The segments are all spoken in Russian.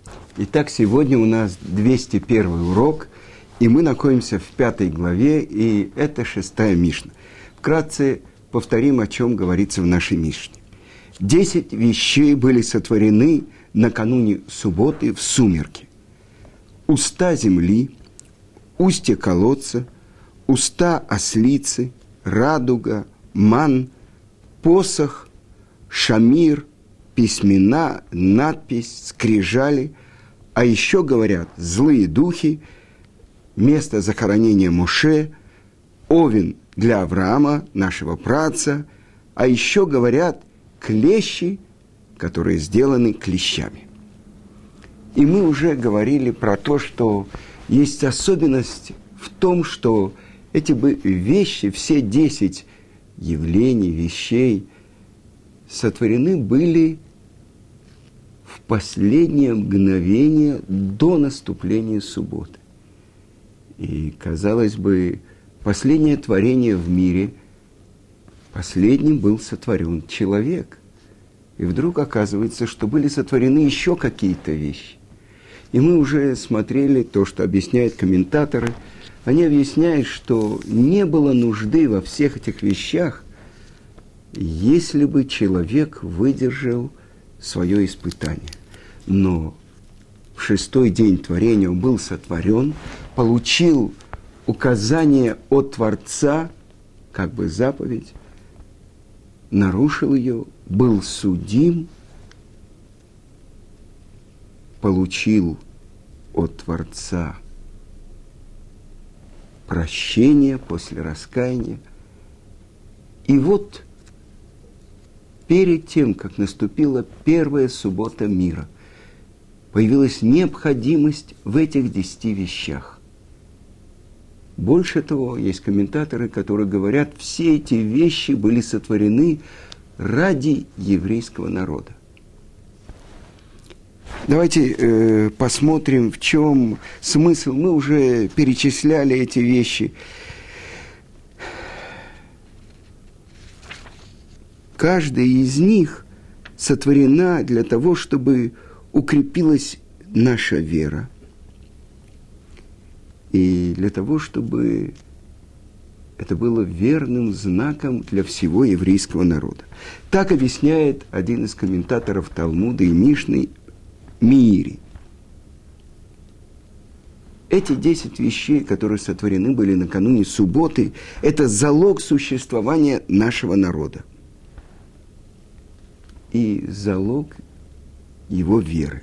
Итак, сегодня у нас 201 урок, и мы находимся в 5 главе, и это 6-я Мишна. Вкратце повторим, о чем говорится в нашей Мишне. 10 вещей были сотворены накануне субботы в сумерки. Уста земли, устье колодца, уста ослицы, радуга, ман, посох, шамир, письмена, надпись, скрижали, а еще говорят злые духи, место захоронения Моше, овен для Авраама, нашего праотца, а еще говорят клещи, которые сделаны клещами. И мы уже говорили про то, что есть особенность в том, что эти вещи, все 10 явлений, вещей, сотворены были в последнее мгновение до наступления субботы. И, казалось бы, последнее творение в мире, последним был сотворен человек. И вдруг оказывается, что были сотворены еще какие-то вещи. И мы уже смотрели то, что объясняют комментаторы. Они объясняют, что не было нужды во всех этих вещах, если бы человек выдержал свое испытание. Но в 6-й день творения он был сотворен, получил указание от Творца, как бы заповедь, нарушил ее, был судим, получил от Творца прощение после раскаяния. И вот перед тем, как наступила первая суббота мира, появилась необходимость в этих 10 вещах. Больше того, есть комментаторы, которые говорят, все эти вещи были сотворены ради еврейского народа. Давайте посмотрим, в чем смысл. Мы уже перечисляли эти вещи. Каждая из них сотворена для того, чтобы укрепилась наша вера. И для того, чтобы это было верным знаком для всего еврейского народа. Так объясняет один из комментаторов Талмуда и Мишны Миири. Эти 10 вещей, которые сотворены были накануне субботы, это залог существования нашего народа. И залог его веры.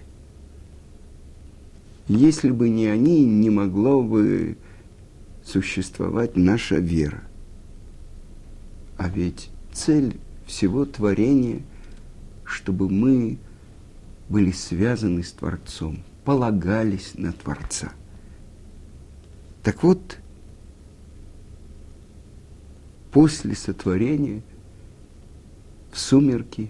Если бы не они, не могла бы существовать наша вера. А ведь цель всего творения, чтобы мы были связаны с Творцом, полагались на Творца. Так вот, после сотворения в сумерки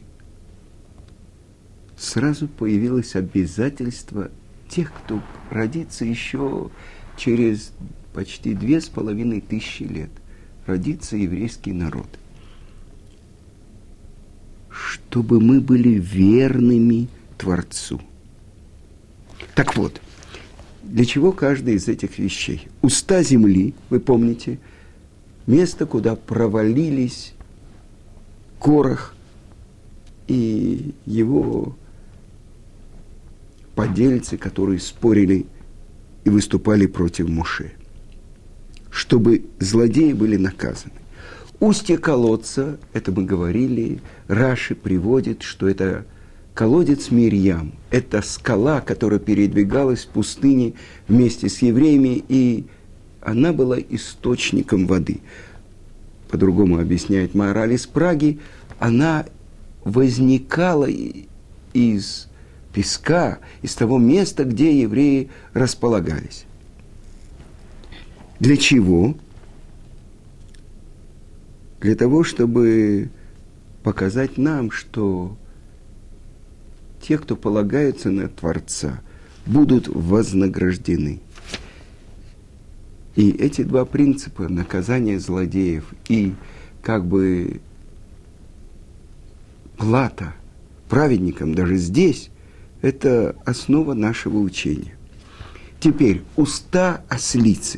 сразу появилось обязательство тех, кто родится еще через почти 2500 лет, родится еврейский народ. Чтобы мы были верными Творцу. Так вот, для чего каждая из этих вещей? Уста земли, вы помните, место, куда провалились Корах и его подельцы, которые спорили и выступали против Моше, чтобы злодеи были наказаны. Устье колодца, это мы говорили, Раши приводит, что это колодец Мирьям, это скала, которая передвигалась в пустыне вместе с евреями, и она была источником воды. По-другому объясняет Маораль из Праги, она возникала из песка, из того места, где евреи располагались. Для чего? Для того, чтобы показать нам, что те, кто полагаются на Творца, будут вознаграждены. И эти два принципа, наказание злодеев и как бы плата праведникам даже здесь, Это основа нашего учения. Теперь, уста ослицы.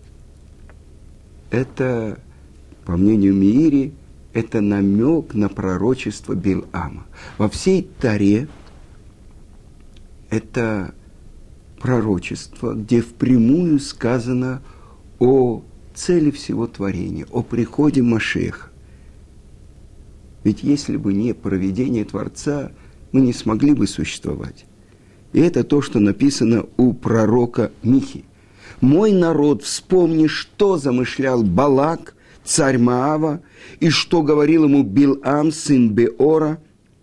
Это, по мнению Меири, это намек на пророчество Бил'ама. Во всей Торе это пророчество, где впрямую сказано о цели всего творения, о приходе Машеха. Ведь если бы не провидение Творца, мы не смогли бы существовать. И это то, что написано у пророка Михи. «Мой народ, вспомни, что замышлял Балак, царь Моава, и что говорил ему Бил'ам, сын Беора,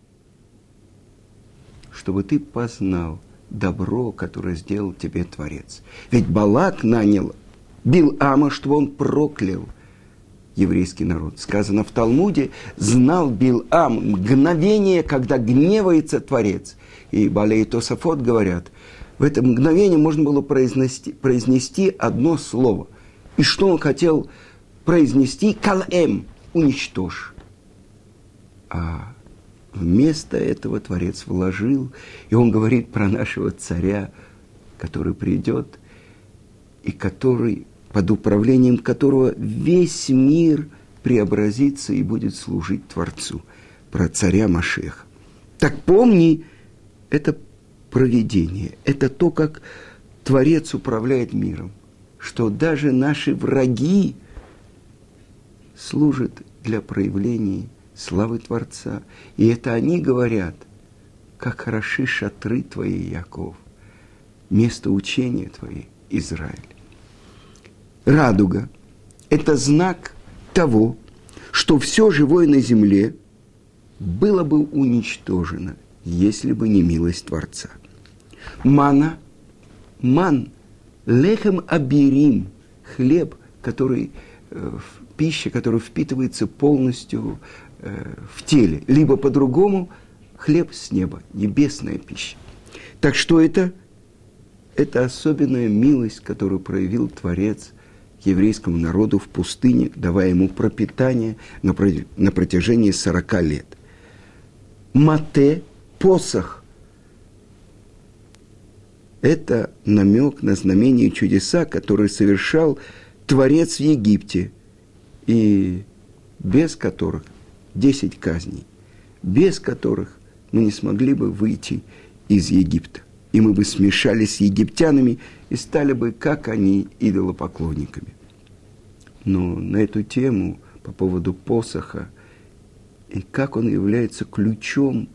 чтобы ты познал добро, которое сделал тебе Творец». Ведь Балак нанял Бил'ама, чтобы он проклял еврейский народ. Сказано в Талмуде, знал Бил'ам мгновение, когда гневается Творец. И Балей Тосафот говорят, в это мгновение можно было произнести одно слово. И что он хотел произнести? Калэм, уничтожь. А вместо этого Творец вложил, и он говорит про нашего царя, который придет, и который, под управлением которого весь мир преобразится и будет служить Творцу, про царя Машеха. Так помни, это провидение, это то, как Творец управляет миром, что даже наши враги служат для проявления славы Творца. И это они говорят, как хороши шатры твои, Яков, место учения твои, Израиль. Радуга – это знак того, что все живое на земле было бы уничтожено, если бы не милость Творца. Ман, лехем абирим, хлеб, который, пища, которая впитывается полностью в теле. Либо по-другому, хлеб с неба, небесная пища. Так что это? Это особенная милость, которую проявил Творец еврейскому народу в пустыне, давая ему пропитание на протяжении 40 лет. Мате, посох, это намек на знамения и чудеса, которые совершал Творец в Египте, и без которых 10 казней, без которых мы не смогли бы выйти из Египта. И мы бы смешались с египтянами и стали бы, как они, идолопоклонниками. Но на эту тему, по поводу посоха, и как он является ключом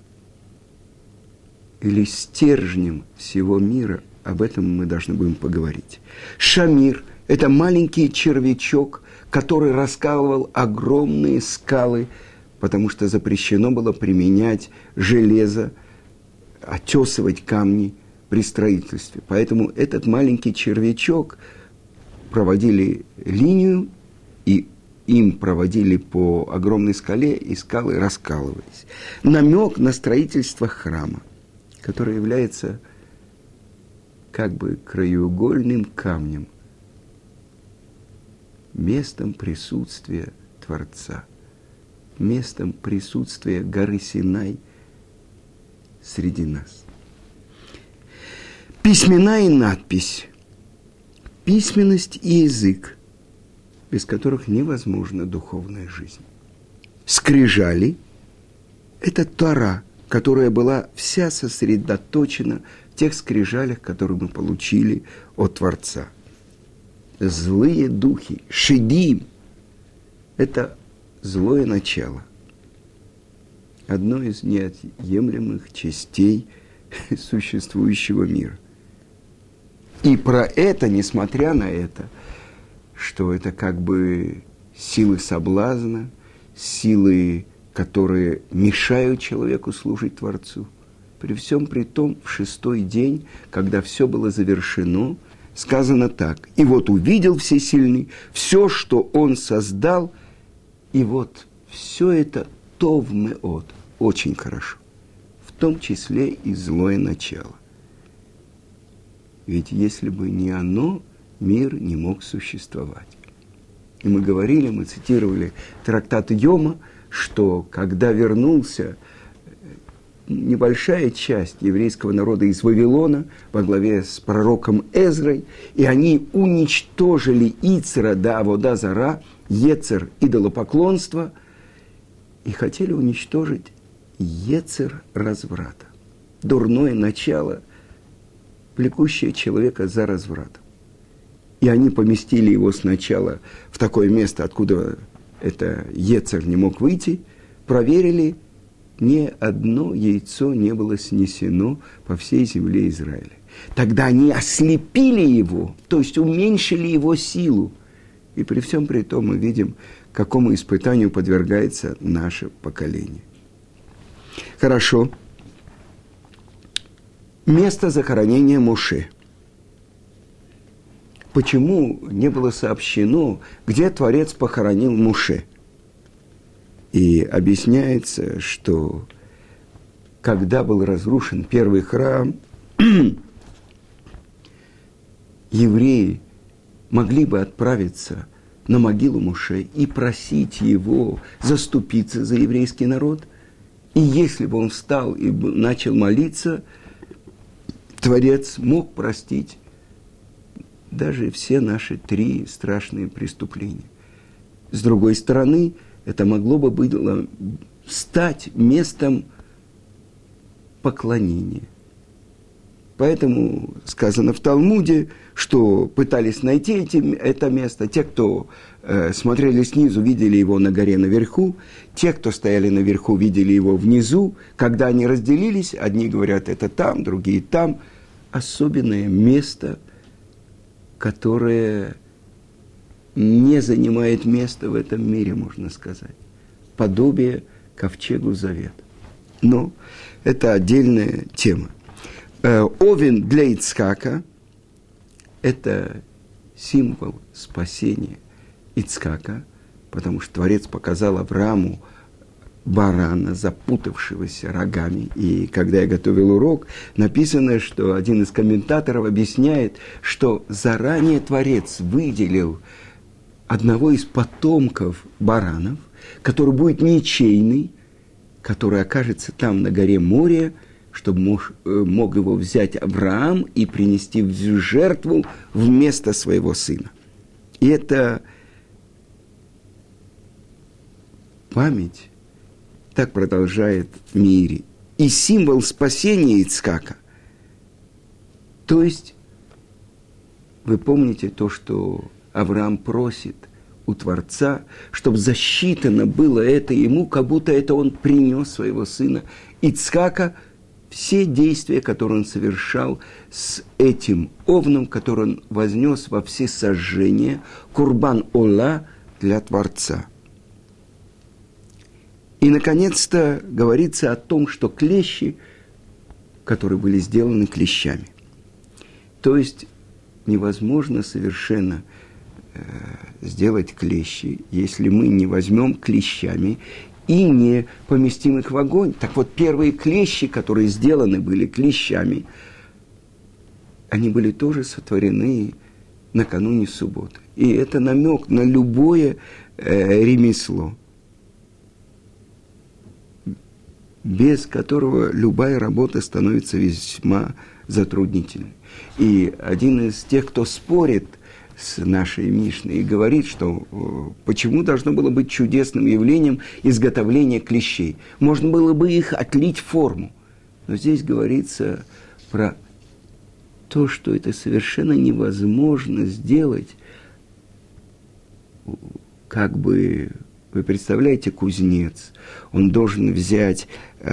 или стержнем всего мира, об этом мы должны будем поговорить. Шамир – это маленький червячок, который раскалывал огромные скалы, потому что запрещено было применять железо, отесывать камни при строительстве. Поэтому этот маленький червячок проводили линию, и им проводили по огромной скале, и скалы раскалывались. Намек на строительство храма, который является как бы краеугольным камнем, местом присутствия Творца, местом присутствия горы Синай среди нас. Письмена и надпись. Письменность и язык, без которых невозможна духовная жизнь. Скрижали – это Тора, которая была вся сосредоточена в тех скрижалях, которые мы получили от Творца. Злые духи, шедим – это злое начало. Одно из неотъемлемых частей существующего мира. И про это, несмотря на это, что это как бы силы соблазна, силы, которые мешают человеку служить Творцу. При всем при том, в 6-й день, когда все было завершено, сказано так. И вот увидел Всесильный все, что Он создал, и вот все это тов меот, очень хорошо. В том числе и злое начало. Ведь если бы не оно, мир не мог существовать. И мы говорили, мы цитировали трактат Йома, что когда вернулся небольшая часть еврейского народа из Вавилона во главе с пророком Эзрой, и они уничтожили Ицера да Авода Зара, Ецер идолопоклонства, и хотели уничтожить Ецер разврата, дурное начало, влекущее человека за развратом. И они поместили его сначала в такое место, откуда это Ецер не мог выйти, проверили, ни одно яйцо не было снесено по всей земле Израиля. Тогда они ослепили его, то есть уменьшили его силу. И при всем при том мы видим, какому испытанию подвергается наше поколение. Хорошо. Место захоронения Моше. Почему не было сообщено, где Творец похоронил Моше? И объясняется, что когда был разрушен первый храм, евреи могли бы отправиться на могилу Моше и просить его заступиться за еврейский народ. И если бы он встал и начал молиться, Творец мог простить даже все наши 3 страшные преступления. С другой стороны, это могло бы было стать местом поклонения. Поэтому сказано в Талмуде, что пытались найти это место. Те, кто смотрели снизу, видели его на горе наверху. Те, кто стояли наверху, видели его внизу. Когда они разделились, одни говорят, это там, другие там. Особенное место, которое не занимает места в этом мире, можно сказать. Подобие ковчегу завета. Но это отдельная тема. Овен для Ицхака – это символ спасения Ицхака, потому что Творец показал Аврааму барана, запутавшегося рогами. И когда я готовил урок, написано, что один из комментаторов объясняет, что заранее Творец выделил одного из потомков баранов, который будет ничейный, который окажется там на горе Мория, чтобы мог его взять Авраам и принести в жертву вместо своего сына. И это память так продолжает в мире. И символ спасения Ицхака. То есть, вы помните то, что Авраам просит у Творца, чтобы засчитано было это ему, как будто это он принес своего сына Ицхака, все действия, которые он совершал с этим овном, который он вознес во всесожжение, курбан ола для Творца. И, наконец-то, говорится о том, что клещи, которые были сделаны клещами. То есть, невозможно совершенно сделать клещи, если мы не возьмем клещами и не поместим их в огонь. Так вот, первые клещи, которые сделаны были клещами, они были тоже сотворены накануне субботы. И это намек на любое ремесло, без которого любая работа становится весьма затруднительной. И один из тех, кто спорит с нашей Мишной и говорит, что почему должно было быть чудесным явлением изготовления клещей. Можно было бы их отлить в форму. Но здесь говорится про то, что это совершенно невозможно сделать. Как бы, вы представляете, кузнец, он должен взять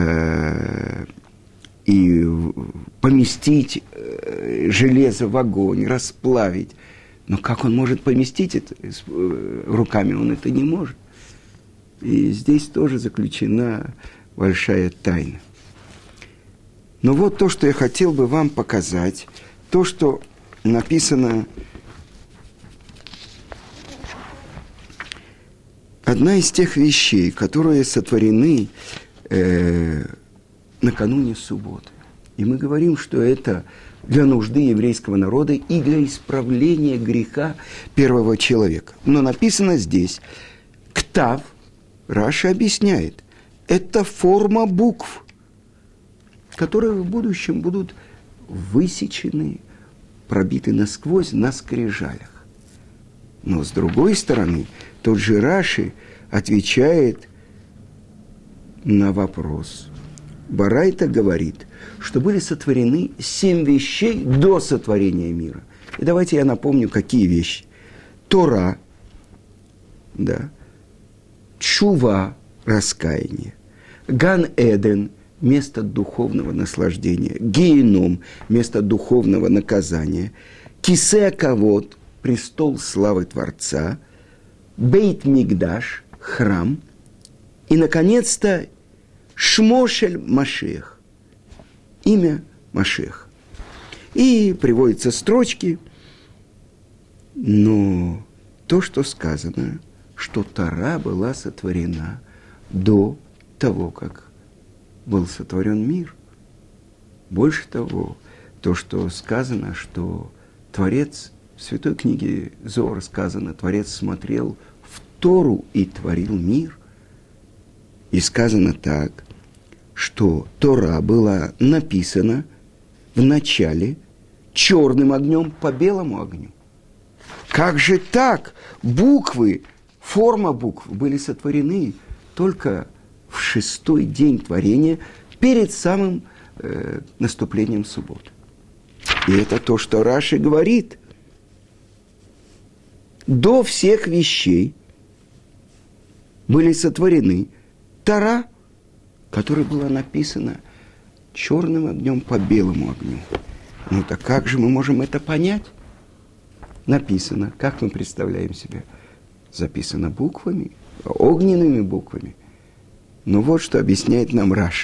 и поместить железо в огонь, расплавить. Но как он может поместить это? Руками он это не может. И здесь тоже заключена большая тайна. Но вот то, что я хотел бы вам показать, то, что написано. Одна из тех вещей, которые сотворены накануне субботы. И мы говорим, что это для нужды еврейского народа и для исправления греха первого человека. Но написано здесь, ктав, Раши объясняет, это форма букв. которые в будущем будут высечены, пробиты насквозь на скрижалях. Но с другой стороны, тот же Раши отвечает на вопрос. Барайта говорит, что были сотворены 7 вещей до сотворения мира. И давайте я напомню, какие вещи. Тора, да, Тшува, раскаяние, Ган-Эден, место духовного наслаждения, Гееном, место духовного наказания, Кисе-Кавод, престол славы Творца, Бейт-Мигдаш, храм, и, наконец-то, Шмошель Машех, имя Машех. И приводятся строчки, но то, что сказано, что Тора была сотворена до того, как был сотворен мир. Больше того, то, что сказано, что Творец, в Святой книге Зоар сказано, Творец смотрел в Тору и творил мир. И сказано так, что Тора была написана в начале черным огнем по белому огню. Как же так? Буквы, форма букв были сотворены только в 6-й день творения, перед самым наступлением субботы. И это то, что Раши говорит. До всех вещей были сотворены Тора, которая была написана черным огнем по белому огню. Ну так как же мы можем это понять? Написано, как мы представляем себе? Записано буквами, огненными буквами. Но вот что объясняет нам Раши.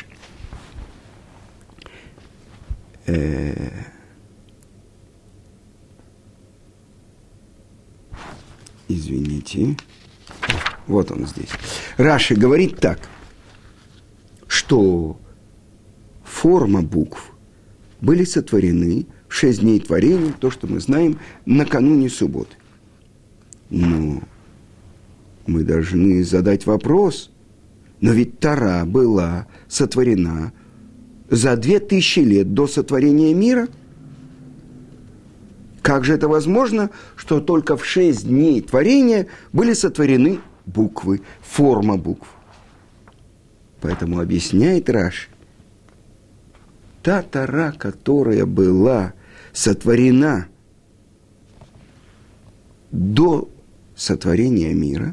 Извините. Вот он здесь. Раши говорит так, что форма букв были сотворены в 6 дней творения, то, что мы знаем, накануне субботы. Но мы должны задать вопрос, но ведь Тора была сотворена за 2000 лет до сотворения мира. Как же это возможно, что только в 6 дней творения были сотворены буквы, форма букв? Поэтому объясняет Раши, та Тора, которая была сотворена до сотворения мира,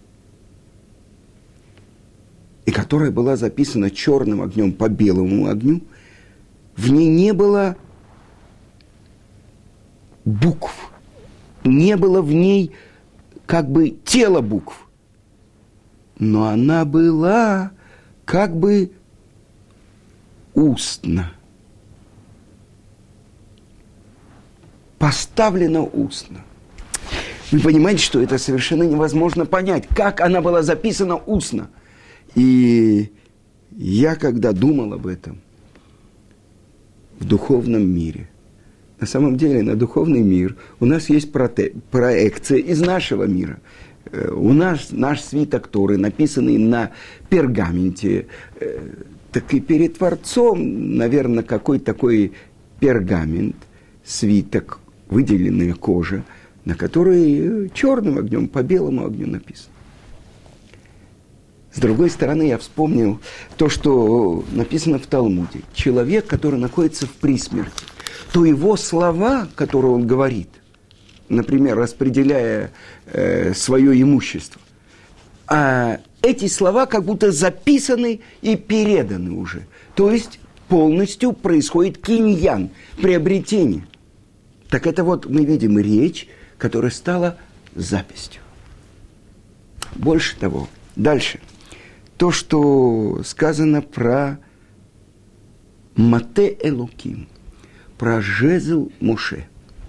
и которая была записана черным огнем по белому огню, в ней не было букв, не было в ней как бы тела букв, но она была как бы устно, поставлена устно. Вы понимаете, что это совершенно невозможно понять, как она была записана устно. И я, когда думал об этом в духовном мире, на самом деле на духовный мир у нас есть проекция из нашего мира. У нас наш свиток Торы, написанный на пергаменте, так и перед Творцом, наверное, какой-то такой пергамент, свиток, выделенная кожа, на которой черным огнем по белому огню написано. С другой стороны, я вспомнил то, что написано в Талмуде. Человек, который находится в присмерти, то его слова, которые он говорит, например, распределяя свое имущество, эти слова как будто записаны и переданы уже. То есть полностью происходит киньян, приобретение. Так это вот мы видим речь, которая стала записью. Больше того, дальше. То, что сказано про Мате Элоким, про жезл Моше.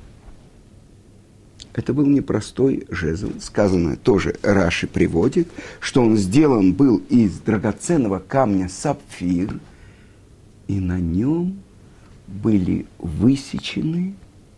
Это был непростой жезл. Сказано, тоже Раши приводит, что он сделан был из драгоценного камня сапфир, и на нем были высечены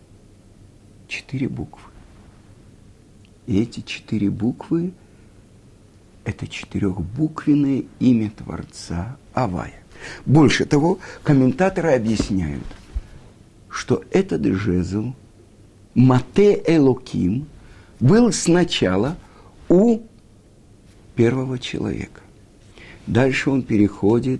4 буквы. И эти 4 буквы – это 4-буквенное имя Творца Авая. Больше того, комментаторы объясняют, что этот жезл Мате Элоким был сначала у первого человека. Дальше он переходит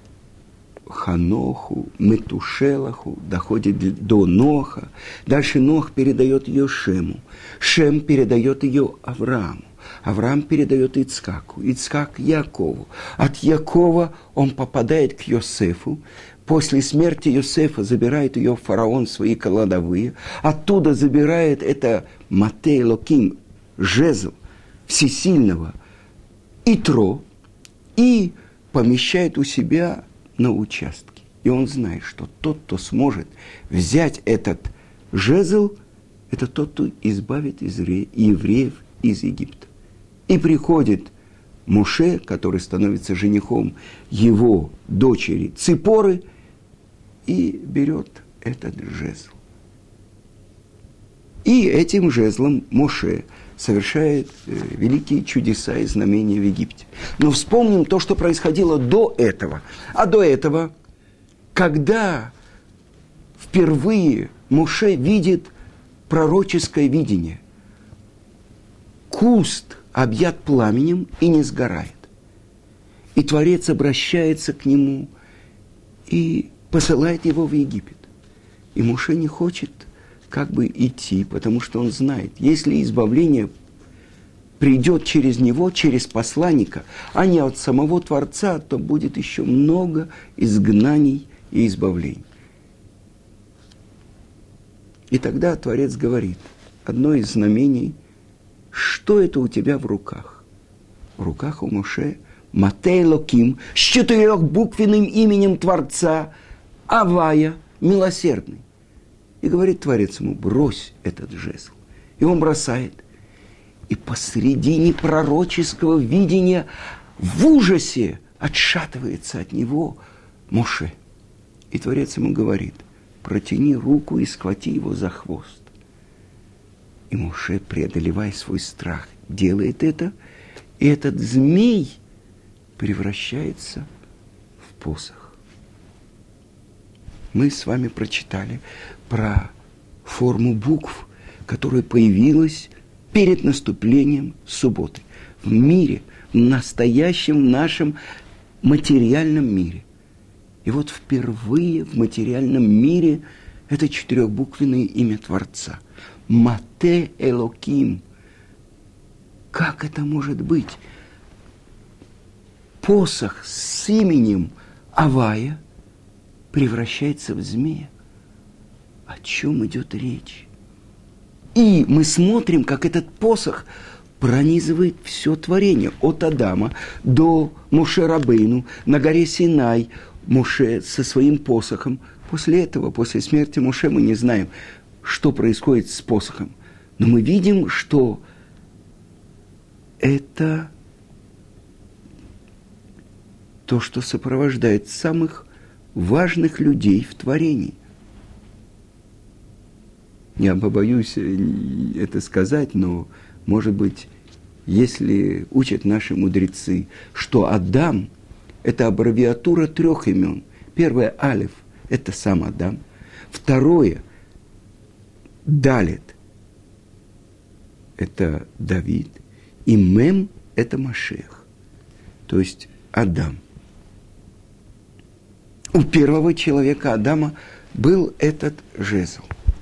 Ханоху, Метушелаху, доходит до Ноха. Дальше Нох передает ее Шему. Шем передает ее Аврааму. Авраам передает Ицхаку. Ицхак Якову. От Якова он попадает к Йосефу. После смерти Йосефа забирает ее фараон в свои кладовые. Оттуда забирает это Мате Элоким, жезл всесильного Итро, и помещает у себя на участке. И он знает, что тот, кто сможет взять этот жезл, это тот, кто избавит евреев из Египта. И приходит Моше, который становится женихом его дочери Ципоры, и берет этот жезл. И этим жезлом Моше совершает великие чудеса и знамения в Египте. Но вспомним то, что происходило до этого. А до этого, когда впервые Моше видит пророческое видение, куст объят пламенем и не сгорает. И Творец обращается к нему и посылает его в Египет. И Моше не хочет как бы идти, потому что он знает, если избавление придет через него, через посланника, а не от самого Творца, то будет еще много изгнаний и избавлений. И тогда Творец говорит, одно из знамений, что это у тебя в руках? В руках у Моше Мате Элоким с 4-буквенным именем Творца, Авая, милосердный. И говорит Творец ему, брось этот жезл. И он бросает. И посредине пророческого видения в ужасе отшатывается от него Моше. И Творец ему говорит, протяни руку и схвати его за хвост. И Моше, преодолевая свой страх, делает это, и этот змей превращается в посох. Мы с вами прочитали про форму букв, которая появилась перед наступлением субботы. В мире, в настоящем нашем материальном мире. И вот впервые в материальном мире это 4-буквенное имя Творца. Мате Элоким. Как это может быть? Посох с именем Авая превращается в змея. О чем идет речь? И мы смотрим, как этот посох пронизывает все творение. От Адама до Моше Рабейну на горе Синай. Моше со своим посохом. После этого, после смерти Моше, мы не знаем, что происходит с посохом. Но мы видим, что это то, что сопровождает самых важных людей в творении. Я побоюсь это сказать, но, может быть, если учат наши мудрецы, что Адам – это аббревиатура 3 имен. Первое – Алеф – это сам Адам. Второе – Далет – это Давид. И Мем – это Машех, то есть Адам. У первого человека Адама был этот жезл.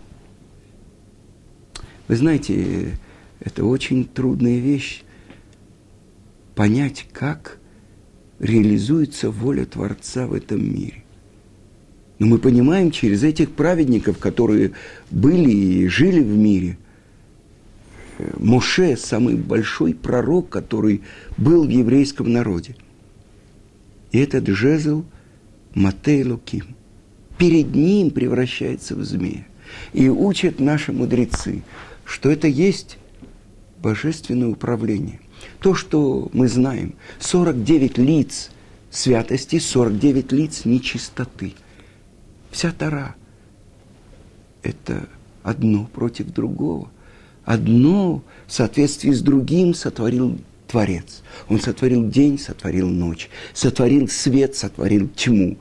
Вы знаете, это очень трудная вещь понять, как реализуется воля Творца в этом мире. Но мы понимаем через этих праведников, которые были и жили в мире, Моше – самый большой пророк, который был в еврейском народе. И этот жезл Мате Элоким перед ним превращается в змея. И учат наши мудрецы, что это есть божественное управление. То, что мы знаем, 49 лиц святости, 49 лиц нечистоты. Вся Тора – это одно против другого. Одно в соответствии с другим сотворил Творец. Он сотворил день, сотворил ночь, сотворил свет, сотворил тьму.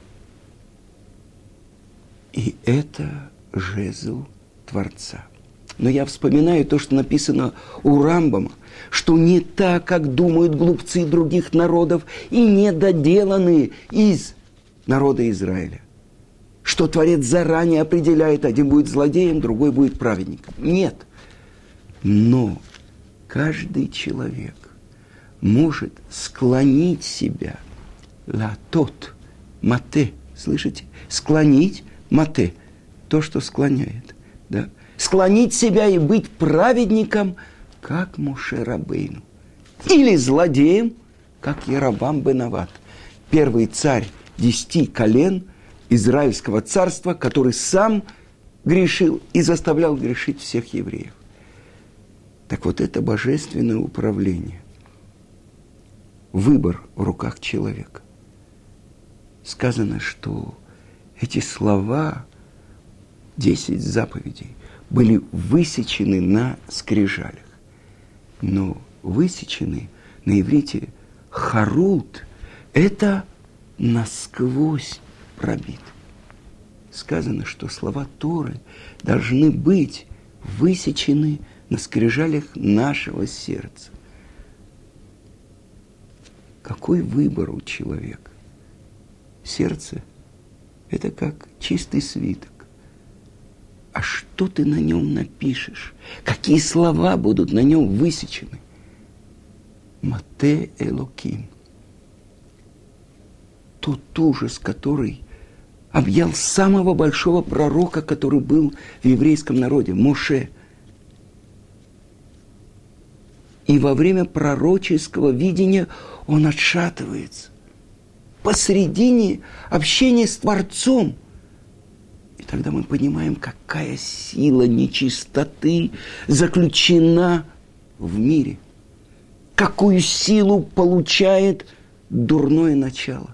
И это жезл Творца. Но я вспоминаю то, что написано у Рамбама, что не так, как думают глупцы других народов и недоделанные из народа Израиля. Что Творец заранее определяет, один будет злодеем, другой будет праведником. Нет. Но каждый человек может склонить себя латот, мате, слышите? Склонить мате, то, что склоняет, да? Склонить себя и быть праведником, как Моше Рабейну. Или злодеем, как Яровам бен Нават. Первый царь 10 колен Израильского царства, который сам грешил и заставлял грешить всех евреев. Так вот, это божественное управление. Выбор в руках человека. Сказано, что эти слова, 10 заповедей, были высечены на скрижалях. Но высечены на иврите харут – это насквозь пробит. Сказано, что слова Торы должны быть высечены на скрижалях нашего сердца. Какой выбор у человека? Сердце – это как чистый свиток. А что ты на нем напишешь? Какие слова будут на нем высечены? Мате Элоким. Тот ужас, который объял самого большого пророка, который был в еврейском народе, Моше. И во время пророческого видения он отшатывается. Посредине общения с Творцом. И тогда мы понимаем, какая сила нечистоты заключена в мире. Какую силу получает дурное начало.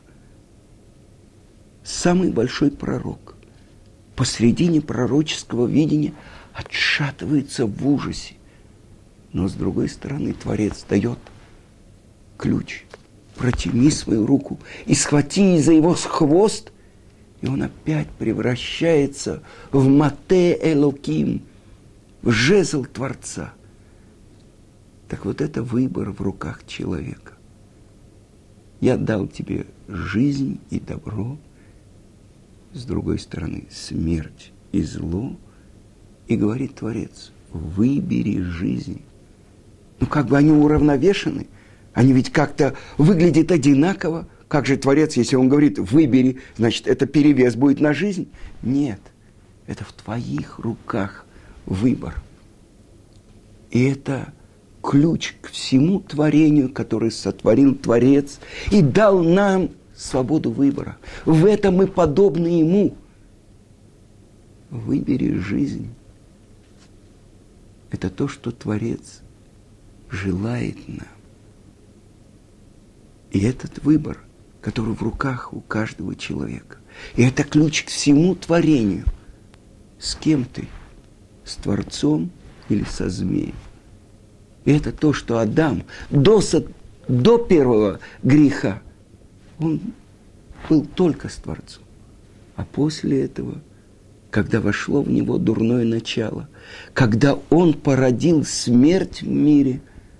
Самый большой пророк посредине пророческого видения отшатывается в ужасе. Но с другой стороны Творец дает ключ. Протяни свою руку и схвати за его хвост, и он опять превращается в Мате Элоким, в жезл Творца. Так вот это выбор в руках человека. Я дал тебе жизнь и добро, с другой стороны смерть и зло, и говорит Творец, выбери жизнь. Ну как бы они уравновешены, они ведь как-то выглядят одинаково. Как же Творец, если он говорит, выбери, значит, это перевес будет на жизнь? Нет, это в твоих руках выбор. И это ключ к всему творению, которое сотворил Творец и дал нам свободу выбора. В этом мы подобны Ему. Выбери жизнь. Это то, что Творец желает нам. И этот выбор, который в руках у каждого человека. И это ключ к всему творению. С кем ты? С Творцом или со змеем? И это то, что Адам до первого греха, он был только с Творцом. А после этого, когда вошло в него дурное начало, когда он породил смерть в мире,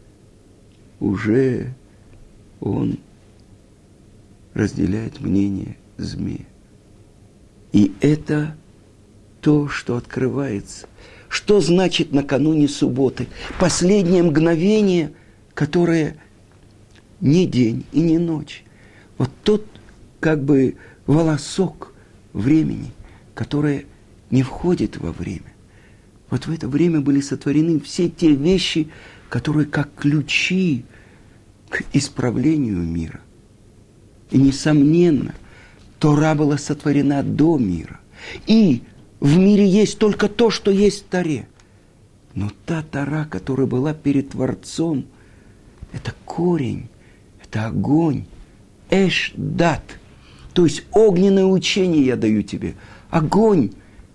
уже он разделяет мнение змея. И это то, что открывается. Что значит накануне субботы? Последнее мгновение, которое не день и не ночь. Вот тот как бы волосок времени, которое не входит во время. Вот в это время были сотворены все те вещи, которые как ключи к исправлению мира. И, несомненно, Тора была сотворена до мира. И в мире есть только то, что есть в Торе. Но та Тора, которая была перед Творцом, это корень, это огонь, эш-дат. То есть огненное учение я даю тебе. Огонь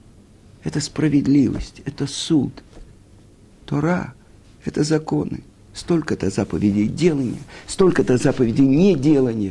– это справедливость, это суд. Тора – это законы, столько-то заповедей делания, столько-то заповедей неделания.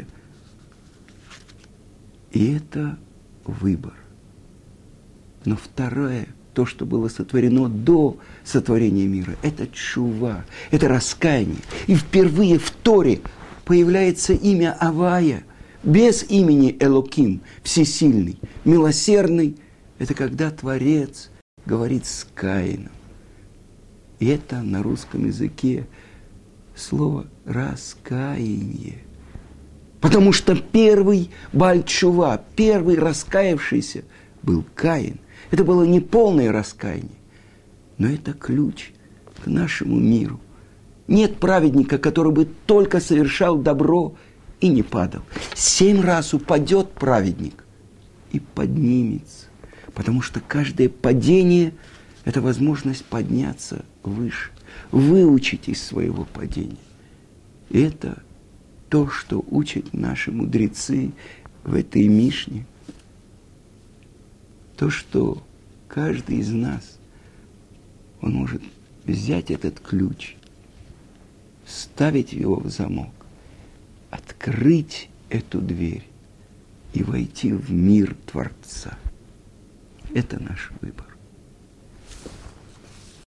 И это выбор. Но второе, то, что было сотворено до сотворения мира, это тшува, это раскаяние. И впервые в Торе появляется имя Авая, без имени Элоким, всесильный, милосердный. Это когда Творец говорит с Каином. И это на русском языке слово «раскаяние». Потому что первый Бааль тшува, первый раскаявшийся был Каин. Это было не полное раскаяние, но это ключ к нашему миру. Нет праведника, который бы только совершал добро и не падал. 7 раз упадет праведник и поднимется. Потому что каждое падение – это возможность подняться выше, выучить из своего падения. И это то, что учат наши мудрецы в этой Мишне. То, что каждый из нас, он может взять этот ключ, вставить его в замок, открыть эту дверь и войти в мир Творца. Это наш выбор.